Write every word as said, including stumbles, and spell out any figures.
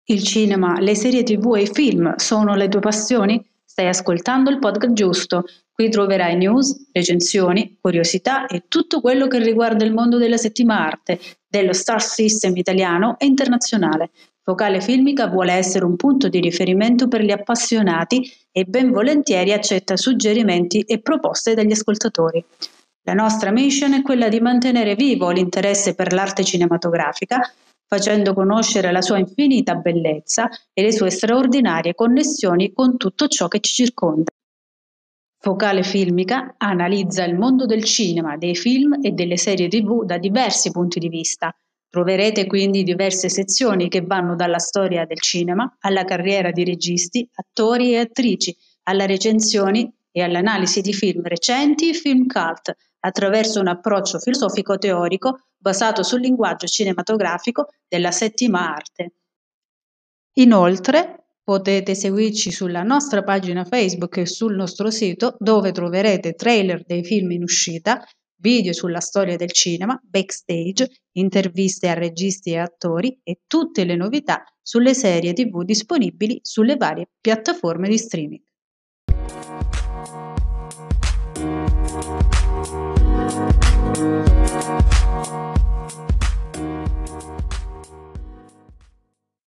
Il cinema, le serie tivù e i film sono le tue passioni? Stai ascoltando il podcast giusto. Qui troverai news, recensioni, curiosità e tutto quello che riguarda il mondo della settima arte, dello Star System italiano e internazionale. Focale Filmica vuole essere un punto di riferimento per gli appassionati e ben volentieri accetta suggerimenti e proposte dagli ascoltatori. La nostra mission è quella di mantenere vivo l'interesse per l'arte cinematografica, facendo conoscere la sua infinita bellezza e le sue straordinarie connessioni con tutto ciò che ci circonda. Focale Filmica analizza il mondo del cinema, dei film e delle serie tivù da diversi punti di vista. Troverete quindi diverse sezioni che vanno dalla storia del cinema alla carriera di registi, attori e attrici, alle recensioni e all'analisi di film recenti e film cult, attraverso un approccio filosofico-teorico basato sul linguaggio cinematografico della settima arte. Inoltre, potete seguirci sulla nostra pagina Facebook e sul nostro sito, dove troverete trailer dei film in uscita, video sulla storia del cinema, backstage, interviste a registi e attori e tutte le novità sulle serie tivù disponibili sulle varie piattaforme di streaming.